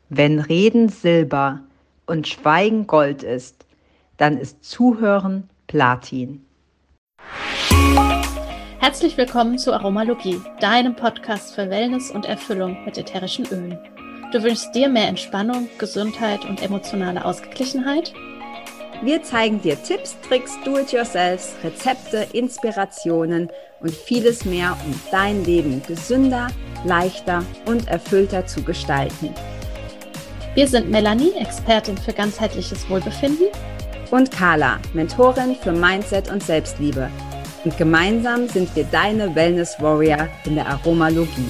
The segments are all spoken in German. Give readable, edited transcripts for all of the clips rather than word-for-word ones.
Wenn Reden Silber und Schweigen Gold ist, dann ist Zuhören Platin. Herzlich willkommen zu Aromalogie, deinem Podcast für Wellness und Erfüllung mit ätherischen Ölen. Du wünschst dir mehr Entspannung, Gesundheit und emotionale Ausgeglichenheit? Wir zeigen dir Tipps, Tricks, Do-it-yourselfs, Rezepte, Inspirationen und vieles mehr, um dein Leben gesünder, leichter und erfüllter zu gestalten. Wir sind Melanie, Expertin für ganzheitliches Wohlbefinden, und Carla, Mentorin für Mindset und Selbstliebe. Und gemeinsam sind wir deine Wellness Warrior in der Aromalogie.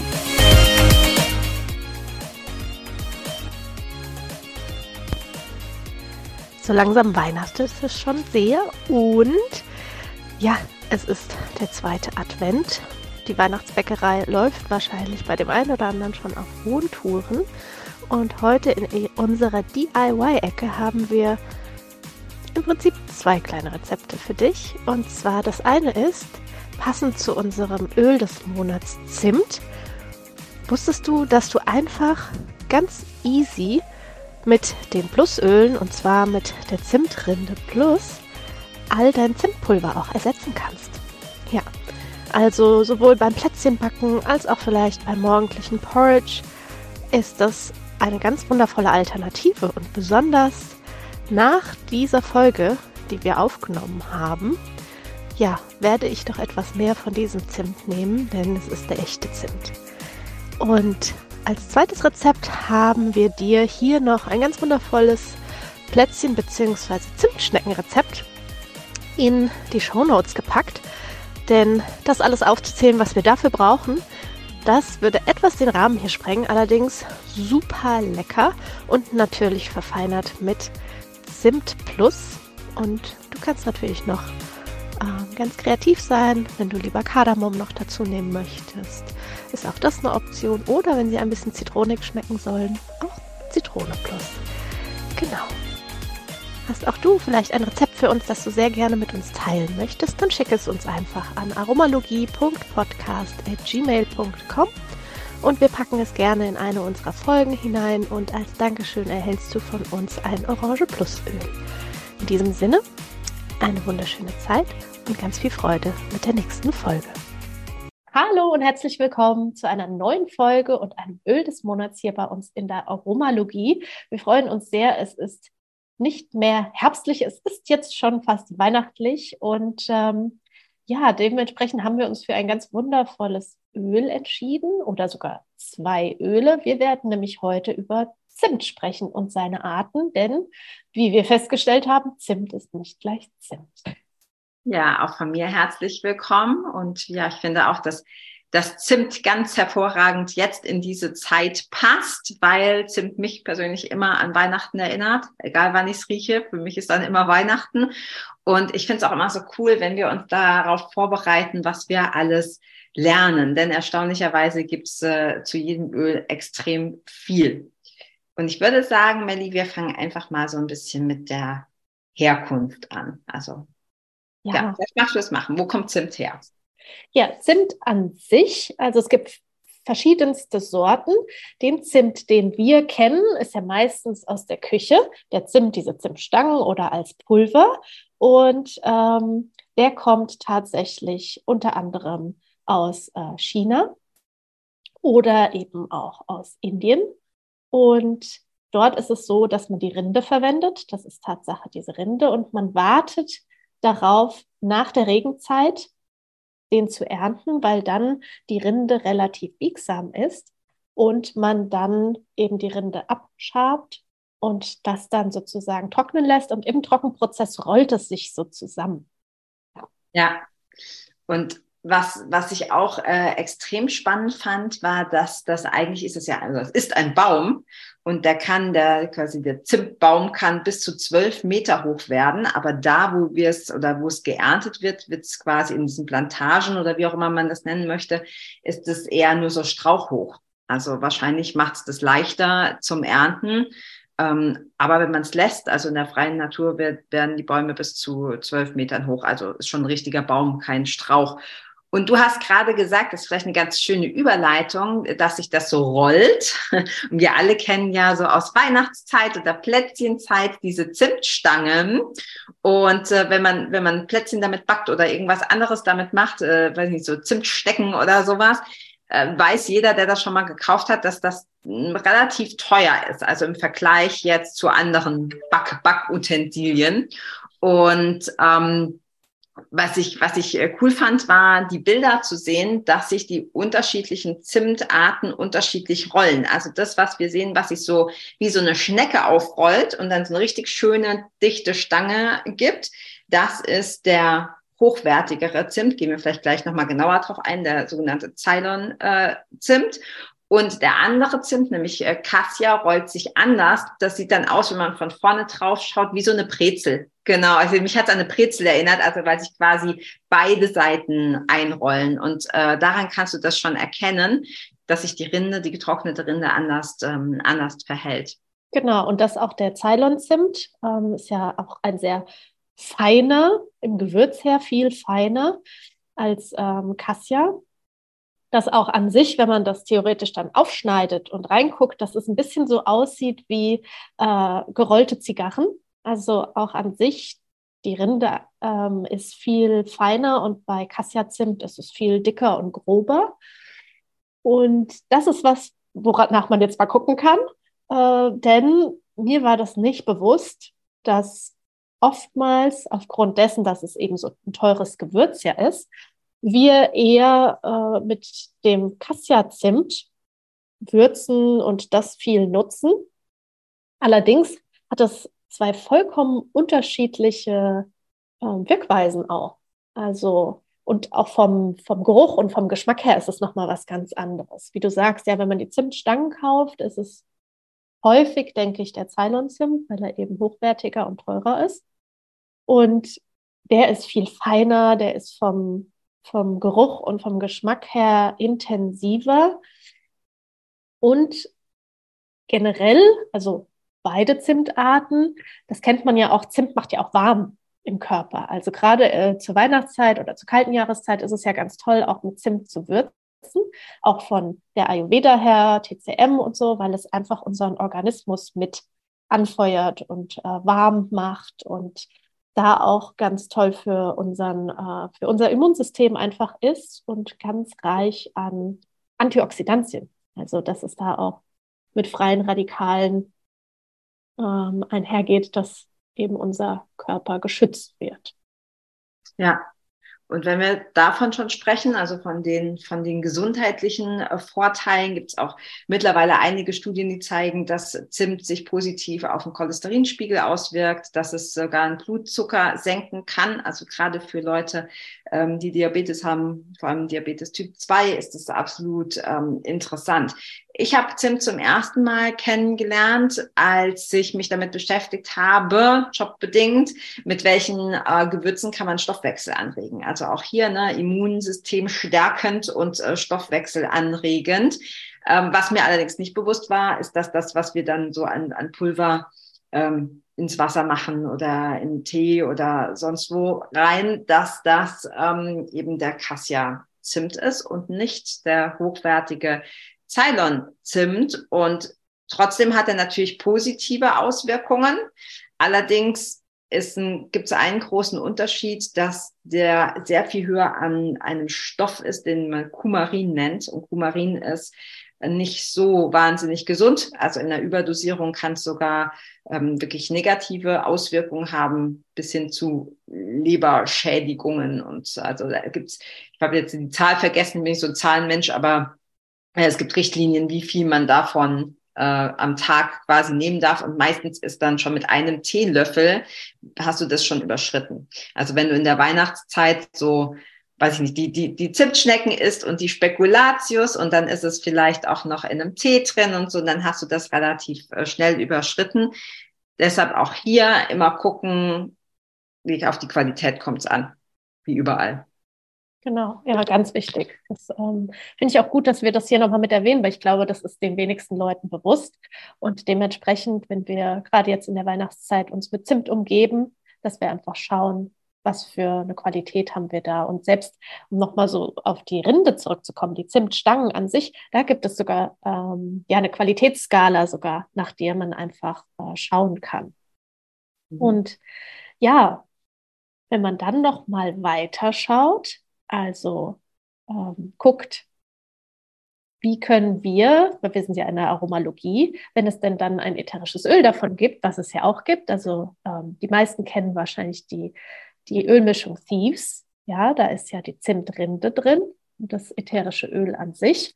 So langsam weihnachtet es schon sehr und ja, es ist der zweite Advent. Die Weihnachtsbäckerei läuft wahrscheinlich bei dem einen oder anderen schon auf hohen Touren. Und heute in unserer DIY-Ecke haben wir im Prinzip zwei kleine Rezepte für dich. Und zwar das eine ist, passend zu unserem Öl des Monats Zimt. Wusstest du, dass du einfach ganz easy mit den Plusölen, und zwar mit der Zimtrinde Plus, all dein Zimtpulver auch ersetzen kannst? Ja, also sowohl beim Plätzchenbacken als auch vielleicht beim morgendlichen Porridge ist das eine ganz wundervolle Alternative. Und besonders nach dieser Folge, die wir aufgenommen haben, ja, werde ich doch etwas mehr von diesem Zimt nehmen, denn es ist der echte Zimt. Und als zweites Rezept haben wir dir hier noch ein ganz wundervolles Plätzchen- bzw. Zimtschneckenrezept in die Shownotes gepackt. Denn das alles aufzuzählen, was wir dafür brauchen, das würde etwas den Rahmen hier sprengen, allerdings super lecker und natürlich verfeinert mit Zimt Plus. Und du kannst natürlich noch ganz kreativ sein, wenn du lieber Kardamom noch dazu nehmen möchtest. Ist auch das eine Option. Oder wenn sie ein bisschen zitronig schmecken sollen, auch Zitrone Plus. Genau. Hast auch du vielleicht ein Rezept für uns, das du sehr gerne mit uns teilen möchtest, dann schick es uns einfach an aromalogie.podcast@gmail.com und wir packen es gerne in eine unserer Folgen hinein und als Dankeschön erhältst du von uns ein Orange Plus Öl. In diesem Sinne, eine wunderschöne Zeit und ganz viel Freude mit der nächsten Folge. Hallo und herzlich willkommen zu einer neuen Folge und einem Öl des Monats hier bei uns in der Aromalogie. Wir freuen uns sehr, es ist nicht mehr herbstlich, es ist jetzt schon fast weihnachtlich und ja, dementsprechend haben wir uns für ein ganz wundervolles Öl entschieden oder sogar zwei Öle. Wir werden nämlich heute über Zimt sprechen und seine Arten, denn wie wir festgestellt haben, Zimt ist nicht gleich Zimt. Ja, auch von mir herzlich willkommen und ja, ich finde auch, dass das Zimt ganz hervorragend jetzt in diese Zeit passt, weil Zimt mich persönlich immer an Weihnachten erinnert, egal wann ich es rieche. Für mich ist dann immer Weihnachten. Und ich finde es auch immer so cool, wenn wir uns darauf vorbereiten, was wir alles lernen. Denn erstaunlicherweise gibt es zu jedem Öl extrem viel. Und ich würde sagen, Melli, wir fangen einfach mal so ein bisschen mit der Herkunft an. Also ja, vielleicht magst du es machen. Wo kommt Zimt her? Ja, Zimt an sich, also es gibt verschiedenste Sorten. Den Zimt, den wir kennen, ist ja meistens aus der Küche. Der Zimt, diese Zimtstangen oder als Pulver. Und der kommt tatsächlich unter anderem aus China oder eben auch aus Indien. Und dort ist es so, dass man die Rinde verwendet. Das ist Tatsache, diese Rinde. Und man wartet darauf, nach der Regenzeit den zu ernten, weil dann die Rinde relativ biegsam ist und man dann eben die Rinde abschabt und das dann sozusagen trocknen lässt und im Trockenprozess rollt es sich so zusammen. Ja, und was ich auch extrem spannend fand, war, dass das eigentlich ist es ja, also es ist ein Baum und der Zimtbaum kann bis zu 12 Meter hoch werden, aber da, wo es geerntet wird, wird es quasi in diesen Plantagen oder wie auch immer man das nennen möchte, ist es eher nur so strauchhoch. Also wahrscheinlich macht es das leichter zum Ernten. Aber wenn man es lässt, also in der freien Natur werden die Bäume bis zu 12 Metern hoch, also ist schon ein richtiger Baum, kein Strauch. Und du hast gerade gesagt, das ist vielleicht eine ganz schöne Überleitung, dass sich das so rollt. Und wir alle kennen ja so aus Weihnachtszeit oder Plätzchenzeit diese Zimtstangen. Und wenn man Plätzchen damit backt oder irgendwas anderes damit macht, weiß nicht, so Zimtstecken oder sowas, weiß jeder, der das schon mal gekauft hat, dass das relativ teuer ist. Also im Vergleich jetzt zu anderen Backutensilien. Und was ich cool fand, war die Bilder zu sehen, dass sich die unterschiedlichen Zimtarten unterschiedlich rollen. Also das, was wir sehen, was sich so wie so eine Schnecke aufrollt und dann so eine richtig schöne, dichte Stange gibt, das ist der hochwertigere Zimt. Gehen wir vielleicht gleich nochmal genauer drauf ein, der sogenannte Ceylon-Zimt. Und der andere Zimt, nämlich Cassia, rollt sich anders. Das sieht dann aus, wenn man von vorne drauf schaut, wie so eine Brezel. Genau, also mich hat es an eine Brezel erinnert, also weil sich quasi beide Seiten einrollen. Und daran kannst du das schon erkennen, dass sich die Rinde, die getrocknete Rinde anders verhält. Genau, und das auch der Ceylon-Zimt ist ja auch ein sehr feiner, im Gewürz her viel feiner als Cassia. Das auch an sich, wenn man das theoretisch dann aufschneidet und reinguckt, dass es ein bisschen so aussieht wie gerollte Zigarren. Also auch an sich, die Rinde ist viel feiner und bei Cassia-Zimt ist es viel dicker und grober. Und das ist was, woranach man jetzt mal gucken kann, denn mir war das nicht bewusst, dass oftmals aufgrund dessen, dass es eben so ein teures Gewürz ja ist, wir eher mit dem Cassia-Zimt würzen und das viel nutzen. Allerdings hat es zwei vollkommen unterschiedliche Wirkweisen auch. Also, und auch vom Geruch und vom Geschmack her ist es nochmal was ganz anderes. Wie du sagst, ja, wenn man die Zimtstangen kauft, ist es häufig, denke ich, der Ceylon-Zimt, weil er eben hochwertiger und teurer ist. Und der ist viel feiner, der ist vom Geruch und vom Geschmack her intensiver. Und generell, also beide Zimtarten, das kennt man ja auch, Zimt macht ja auch warm im Körper. Also gerade zur Weihnachtszeit oder zur kalten Jahreszeit ist es ja ganz toll, auch mit Zimt zu würzen, auch von der Ayurveda her, TCM und so, weil es einfach unseren Organismus mit anfeuert und warm macht und da auch ganz toll für unser Immunsystem einfach ist und ganz reich an Antioxidantien. Also dass es da auch mit freien Radikalen einhergeht, dass eben unser Körper geschützt wird. Ja. Und wenn wir davon schon sprechen, also von den gesundheitlichen Vorteilen, gibt es auch mittlerweile einige Studien, die zeigen, dass Zimt sich positiv auf den Cholesterinspiegel auswirkt, dass es sogar den Blutzucker senken kann. Also gerade für Leute, die Diabetes haben, vor allem Diabetes Typ 2, ist das absolut interessant. Ich habe Zimt zum ersten Mal kennengelernt, als ich mich damit beschäftigt habe, jobbedingt, mit welchen Gewürzen kann man Stoffwechsel anregen. Also auch hier Immunsystem stärkend und Stoffwechsel anregend. Was mir allerdings nicht bewusst war, ist, dass das, was wir dann so an Pulver ins Wasser machen oder in Tee oder sonst wo rein, dass das eben der Cassia-Zimt ist und nicht der hochwertige Ceylon-Zimt. Und trotzdem hat er natürlich positive Auswirkungen. Allerdings gibt es einen großen Unterschied, dass der sehr viel höher an einem Stoff ist, den man Kumarin nennt. Und Kumarin ist nicht so wahnsinnig gesund. Also in der Überdosierung kann es sogar wirklich negative Auswirkungen haben, bis hin zu Leberschädigungen. Und also da gibt's, ich habe jetzt die Zahl vergessen, bin ich so ein Zahlenmensch, aber es gibt Richtlinien, wie viel man davon am Tag quasi nehmen darf. Und meistens ist dann schon mit einem Teelöffel, hast du das schon überschritten. Also wenn du in der Weihnachtszeit so, weiß ich nicht, die Zimtschnecken isst und die Spekulatius und dann ist es vielleicht auch noch in einem Tee drin und so, dann hast du das relativ schnell überschritten. Deshalb auch hier immer gucken, wie auf die Qualität kommt es an, wie überall. Genau, ja, ganz wichtig. Das finde ich auch gut, dass wir das hier nochmal mit erwähnen, weil ich glaube, das ist den wenigsten Leuten bewusst. Und dementsprechend, wenn wir gerade jetzt in der Weihnachtszeit uns mit Zimt umgeben, dass wir einfach schauen, was für eine Qualität haben wir da. Und selbst, um nochmal so auf die Rinde zurückzukommen, die Zimtstangen an sich, da gibt es sogar eine Qualitätsskala sogar, nach der man einfach schauen kann. Und ja, wenn man dann noch mal weiter schaut, also guckt, wie können wir, weil wir sind ja in der Aromalogie, wenn es denn dann ein ätherisches Öl davon gibt, was es ja auch gibt, also die meisten kennen wahrscheinlich die Ölmischung Thieves, ja, da ist ja die Zimtrinde drin und das ätherische Öl an sich.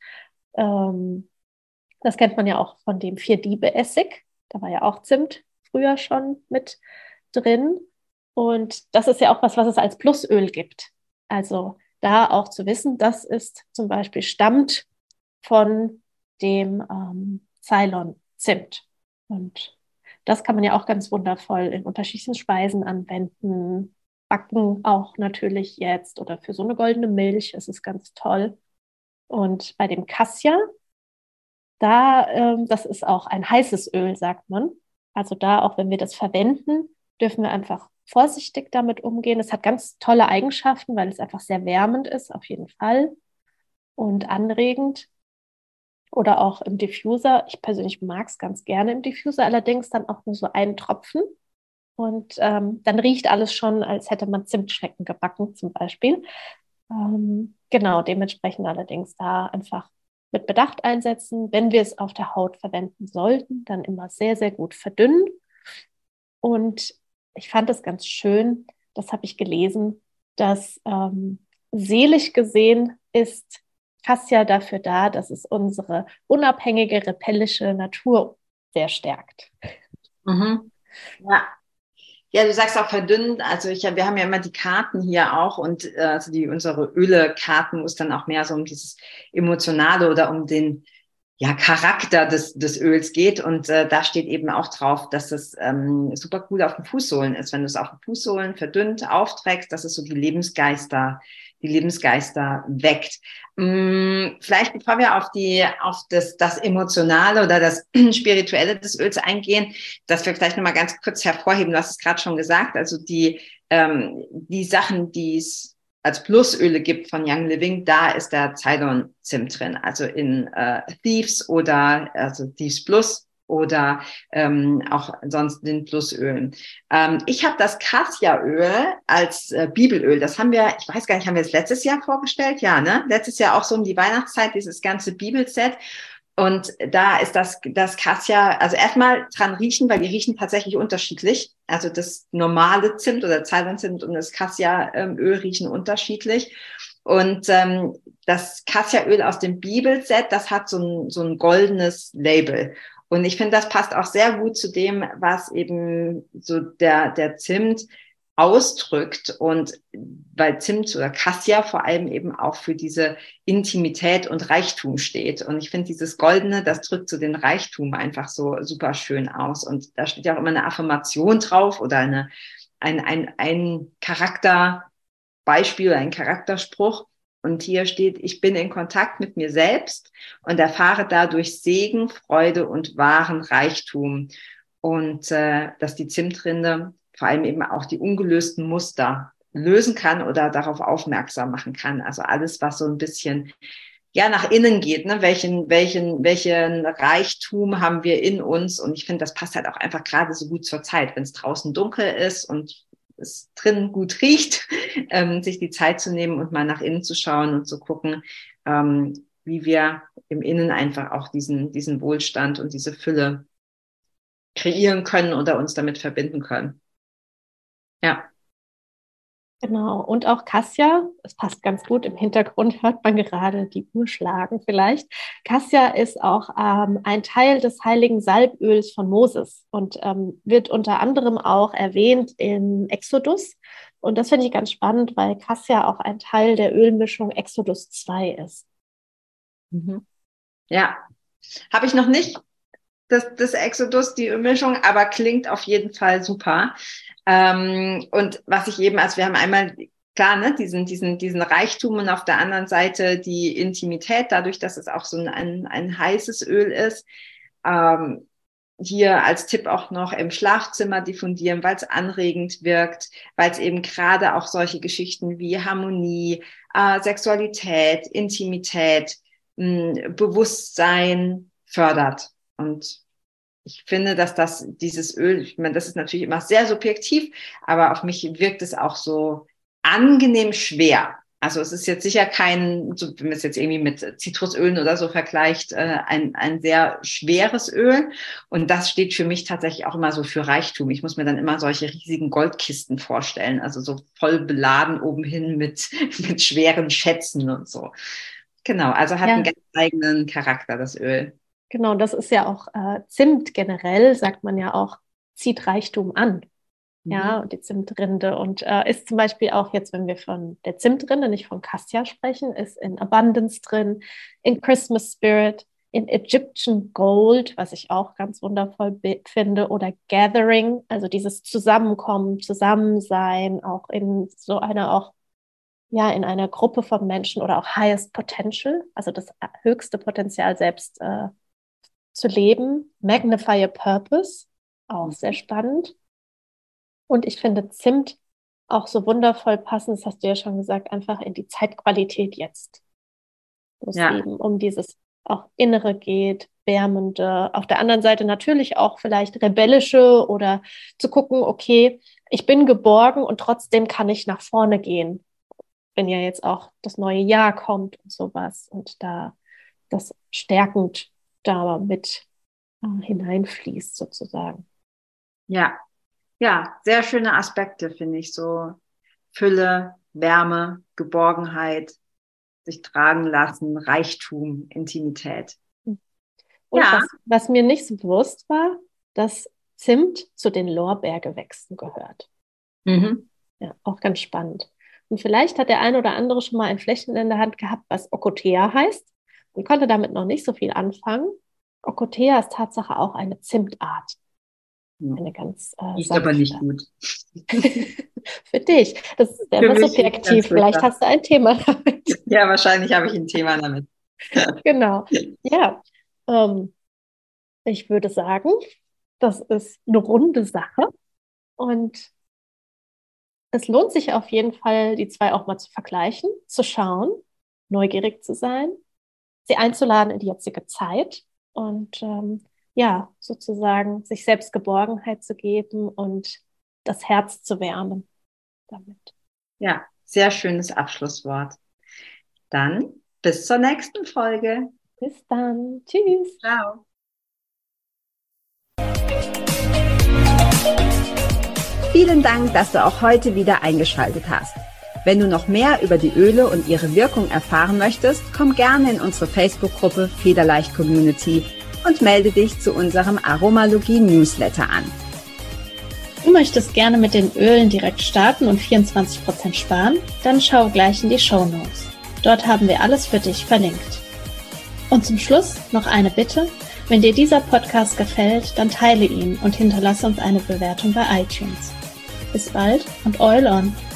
Das kennt man ja auch von dem Vier-Diebe-Essig, da war ja auch Zimt früher schon mit drin. Und das ist ja auch was es als Plusöl gibt. Also da auch zu wissen, das ist zum Beispiel stammt von dem Ceylon-Zimt. Und das kann man ja auch ganz wundervoll in unterschiedlichen Speisen anwenden. Backen auch natürlich jetzt oder für so eine goldene Milch. Es ist ganz toll. Und bei dem Cassia, das ist auch ein heißes Öl, sagt man. Also da, auch wenn wir das verwenden, dürfen wir einfach vorsichtig damit umgehen. Es hat ganz tolle Eigenschaften, weil es einfach sehr wärmend ist, auf jeden Fall. Und anregend. Oder auch im Diffuser. Ich persönlich mag es ganz gerne im Diffuser, allerdings dann auch nur so einen Tropfen. Und dann riecht alles schon, als hätte man Zimtschnecken gebacken zum Beispiel. Genau, dementsprechend allerdings da einfach mit Bedacht einsetzen. Wenn wir es auf der Haut verwenden sollten, dann immer sehr, sehr gut verdünnen. Und ich fand es ganz schön, das habe ich gelesen, dass seelisch gesehen ist Cassia dafür da, dass es unsere unabhängige, rebellische Natur sehr stärkt. Ja. Ja, du sagst auch verdünnt. Also wir haben ja immer die Karten hier auch und also unsere Öle-Karten, wo es dann auch mehr so um dieses Emotionale oder um den Charakter des Öls geht. Und da steht eben auch drauf, dass es super gut auf den Fußsohlen ist. Wenn du es auf den Fußsohlen verdünnt aufträgst, dass es so die Lebensgeister weckt. Vielleicht bevor wir auf das Emotionale oder das Spirituelle des Öls eingehen, dass wir vielleicht nochmal ganz kurz hervorheben, du hast es gerade schon gesagt, also die Sachen, die es als Plusöle gibt von Young Living, da ist der Ceylon-Zimt drin, also in Thieves oder also Thieves Plus oder auch ansonsten den Plusölen. Ich habe das Cassia-Öl als Bibelöl, das haben wir, ich weiß gar nicht, haben wir es letztes Jahr vorgestellt? Ja, ne? Letztes Jahr auch so um die Weihnachtszeit, dieses ganze Bibelset. Und da ist das Cassia, also erstmal dran riechen, weil die riechen tatsächlich unterschiedlich. Also das normale Zimt oder Ceylon-Zimt und das Cassia-Öl riechen unterschiedlich. Und das Cassia-Öl aus dem Bibelset, das hat so ein goldenes Label. Und ich finde, das passt auch sehr gut zu dem, was eben so der Zimt ausdrückt. Und weil Zimt oder Cassia vor allem eben auch für diese Intimität und Reichtum steht. Und ich finde, dieses Goldene, das drückt so den Reichtum einfach so super schön aus. Und da steht ja auch immer eine Affirmation drauf oder ein Charakterbeispiel, ein Charakterspruch. Und hier steht, ich bin in Kontakt mit mir selbst und erfahre dadurch Segen, Freude und wahren Reichtum. Und dass die Zimtrinde vor allem eben auch die ungelösten Muster lösen kann oder darauf aufmerksam machen kann. Also alles, was so ein bisschen nach innen geht, ne? Welchen Reichtum haben wir in uns? Und ich finde, das passt halt auch einfach gerade so gut zur Zeit, wenn es draußen dunkel ist und es drin gut riecht, sich die Zeit zu nehmen und mal nach innen zu schauen und zu gucken, wie wir im Innen einfach auch diesen Wohlstand und diese Fülle kreieren können oder uns damit verbinden können. Ja. Genau, und auch Cassia, es passt ganz gut, im Hintergrund hört man gerade die Uhr schlagen vielleicht. Cassia ist auch ein Teil des heiligen Salböls von Moses und wird unter anderem auch erwähnt in Exodus. Und das finde ich ganz spannend, weil Cassia auch ein Teil der Ölmischung Exodus 2 ist. Mhm. Ja, habe ich noch nicht, das Exodus, die Ölmischung, aber klingt auf jeden Fall super. Und was ich eben, also wir haben einmal, klar, ne, diesen Reichtum und auf der anderen Seite die Intimität, dadurch, dass es auch so ein heißes Öl ist. hier als Tipp auch noch im Schlafzimmer diffundieren, weil es anregend wirkt, weil es eben gerade auch solche Geschichten wie Harmonie, Sexualität, Intimität, Bewusstsein fördert. Und ich finde, dass dieses Öl, ich meine, das ist natürlich immer sehr subjektiv, aber auf mich wirkt es auch so angenehm schwer. Also es ist jetzt sicher kein, so wenn man es jetzt irgendwie mit Zitrusölen oder so vergleicht, ein sehr schweres Öl. Und das steht für mich tatsächlich auch immer so für Reichtum. Ich muss mir dann immer solche riesigen Goldkisten vorstellen, also so voll beladen oben hin mit schweren Schätzen und so. Genau, also hat einen ganz eigenen Charakter, das Öl. Genau, das ist ja auch Zimt generell, sagt man ja auch, zieht Reichtum an. Ja, und die Zimtrinde. Und ist zum Beispiel auch jetzt, wenn wir von der Zimtrinde, nicht von Cassia sprechen, ist in Abundance drin, in Christmas Spirit, in Egyptian Gold, was ich auch ganz wundervoll finde, oder Gathering, also dieses Zusammenkommen, Zusammensein, auch in so einer in einer Gruppe von Menschen oder auch Highest Potential, also das höchste Potenzial selbst zu leben. Magnify a Purpose, auch sehr spannend. Und ich finde Zimt auch so wundervoll passend, das hast du ja schon gesagt, einfach in die Zeitqualität jetzt. Wo es eben um dieses auch Innere geht, Wärmende. Auf der anderen Seite natürlich auch vielleicht rebellische oder zu gucken, okay, ich bin geborgen und trotzdem kann ich nach vorne gehen. Wenn ja jetzt auch das neue Jahr kommt und sowas und da das stärkend da mit hineinfließt sozusagen. Ja, sehr schöne Aspekte, finde ich, so Fülle, Wärme, Geborgenheit, sich tragen lassen, Reichtum, Intimität. Und was mir nicht so bewusst war, dass Zimt zu den Lorbeergewächsen gehört. Ja, auch ganz spannend. Und vielleicht hat der eine oder andere schon mal ein Fläschchen in der Hand gehabt, was Ocotea heißt und konnte damit noch nicht so viel anfangen. Ocotea ist Tatsache auch eine Zimtart. Eine ganz ist aber nicht gut. Für dich. Das ist immer subjektiv. Vielleicht hast du ein Thema damit. Ja, wahrscheinlich habe ich ein Thema damit. Genau. Ja. Ich würde sagen, das ist eine runde Sache. Und es lohnt sich auf jeden Fall, die zwei auch mal zu vergleichen, zu schauen, neugierig zu sein, sie einzuladen in die jetzige Zeit und sozusagen sich selbst Geborgenheit zu geben und das Herz zu wärmen damit. Ja, sehr schönes Abschlusswort. Dann bis zur nächsten Folge. Bis dann. Tschüss. Ciao. Vielen Dank, dass du auch heute wieder eingeschaltet hast. Wenn du noch mehr über die Öle und ihre Wirkung erfahren möchtest, komm gerne in unsere Facebook-Gruppe Federleicht Community und melde dich zu unserem Aromalogie-Newsletter an. Du möchtest gerne mit den Ölen direkt starten und 24% sparen? Dann schau gleich in die Shownotes. Dort haben wir alles für dich verlinkt. Und zum Schluss noch eine Bitte. Wenn dir dieser Podcast gefällt, dann teile ihn und hinterlasse uns eine Bewertung bei iTunes. Bis bald und Oil on!